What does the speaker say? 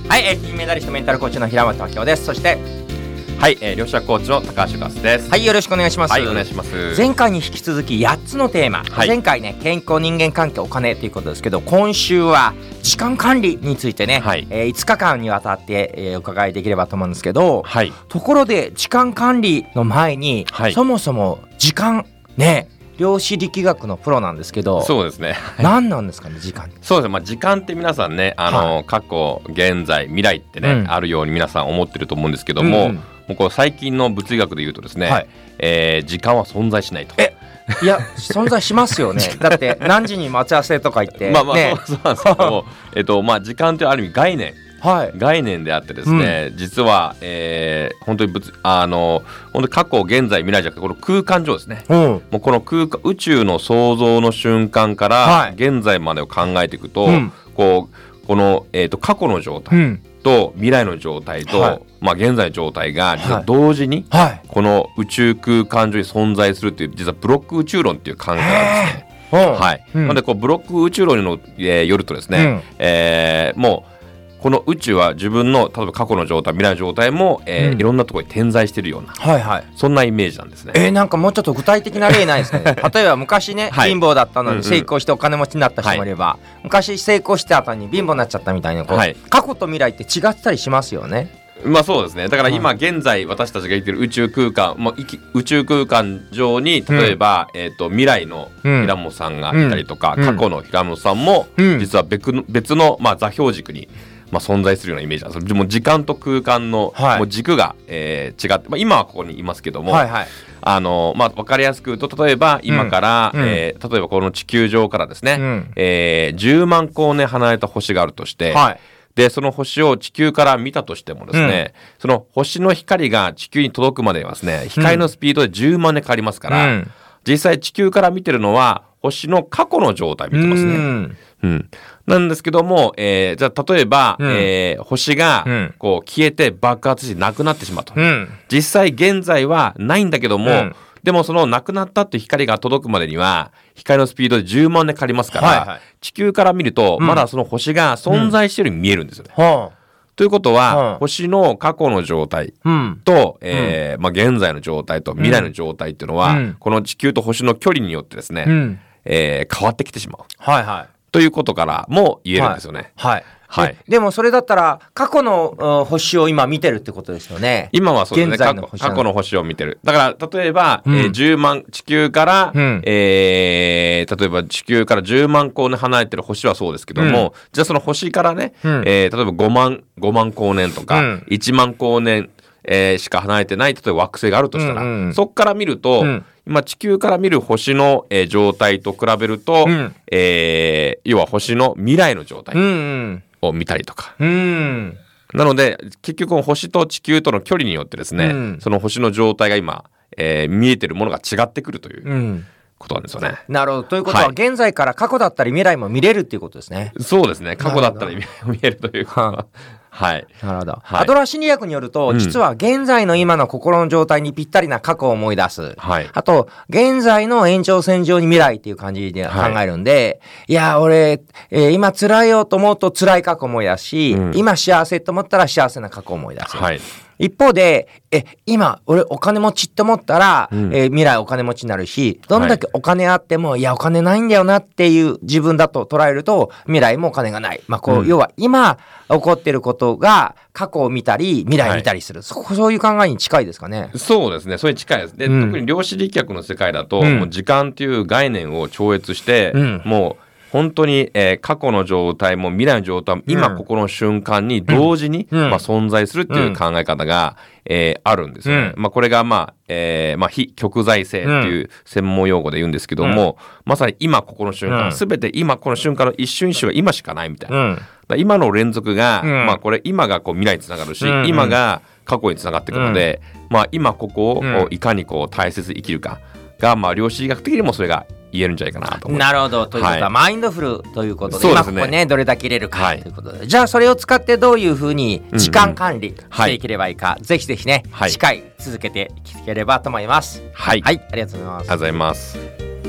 はい、金メダリストメンタルコーチの平本明夫です。そしてはい、両者コーチの高橋ガスです。 はい、よろしくお願いします。 はい、お願いします。 前回に引き続き8つのテーマ、はい、前回ね健康、人間関係、お金ということですけど、今週は時間管理についてね、はい5日間にわたって、お伺いできればと思うんですけど、はい、ところで時間管理の前に、はい、そもそも時間ね、量子力学のプロなんですけど、そうですね、何なんですかね、時間。 そうですね、時間って皆さんね、はい、過去、現在、未来ってね、あるように皆さん思ってると思うんですけども、もうこう最近の物理学で言うとですね、はい時間は存在しないと。 いや存在しますよね。だって何時に待ち合わせとか言ってそうなんですけど時間というある意味概念であってですね、実は、本当に本当に過去、現在、未来じゃなくてこの空間上ですね、もうこの空間、宇宙の創造の瞬間から現在までを考えていくと、この、過去の状態、と未来の状態と、現在の状態が実は同時にこの宇宙空間上に存在するという、実はブロック宇宙論っていう考えなんですね。なのでこうブロック宇宙論によるとですね、もうこの宇宙は自分の例えば過去の状態、未来の状態も、いろんなところに点在しているような、そんなイメージなんですね。 なんかもうちょっと具体的な例ないですかね。例えば昔ね、貧乏だったのに成功してお金持ちになった人もいれば、昔成功した後に貧乏になっちゃったみたいな、過去と未来って違ったりしますよね。 そうですね。だから今現在私たちが生きている宇宙空間、宇宙空間上に例えば、未来の平本さんがいたりとか、過去の平本さんも、実は別の、座標軸に存在するようなイメージなんです。もう時間と空間の、もう軸が、違って、今はここにいますけども、分かりやすく言うと、例えば今から、例えばこの地球上からですね、10万光年離れた星があるとして、でその星を地球から見たとしてもですね、その星の光が地球に届くまではですね、光のスピードで10万年かかりますから、実際地球から見てるのは星の過去の状態見てますね。なんですけども、じゃあ例えば、星がこう消えて爆発してなくなってしまうと、実際現在はないんだけども、でもそのなくなったって光が届くまでには光のスピードで10万年かかりますから、地球から見るとまだその星が存在しているように見えるんですよね。ということは、星の過去の状態と、現在の状態と未来の状態っていうのは、この地球と星の距離によってですね、変わってきてしまう。ということからも言えるんですよね。 でもそれだったら過去の星を今見てるってことですよね。 今はそうですね。過去の星を見てる。だから例えば、10万地球から、例えば地球から10万光年離れてる星はそうですけども、じゃあその星からね、例えば5万光年とか、1万光年、しか離れてない例えば惑星があるとしたら、そこから見ると、今地球から見る星の、状態と比べると、要は星の未来の状態を見たりとか、なので結局星と地球との距離によってですね、その星の状態が今、見えてるものが違ってくるということなんですよね。 なるほど。ということは、現在から過去だったり未来も見れるっていうことですね。 そうですね。過去だったり未来も見えるというかなるほど。アドラー心理学によると、実は現在の今の心の状態にぴったりな過去を思い出す。あと、現在の延長線上に未来っていう感じで考えるんで、いや、俺、今辛いよと思うと辛い過去を思い出すし、今幸せと思ったら幸せな過去を思い出す。一方で、今俺お金持ちって思ったら、未来お金持ちになるし、どんだけお金あっても、いやお金ないんだよなっていう自分だと捉えると、未来もお金がない。要は今起こってることが過去を見たり未来を見たりする、そういう考えに近いですかね。 そうですね、それに近いです。で、特に量子力学の世界だと、もう時間という概念を超越して、もう本当に、過去の状態も未来の状態も今ここの瞬間に同時に、存在するっていう考え方が、あるんですよね。これが非極在性っていう専門用語で言うんですけども、まさに今ここの瞬間、全て今この瞬間の一瞬一瞬が今しかないみたいな。今の連続が、これ今がこう未来につながるし、今が過去につながっていくので、今ここをいかにこう大切に生きるかが、量子力学的にもそれが言えるんじゃないかなと思います。 なるほど。ということは、マインドフルということで、今ここねどれだけ入れるかということで、じゃあそれを使ってどういうふうに時間管理していければいいか、ぜひぜひね、次回続けていければと思います。 はい、 ありがとうございます。 ありがとうございます。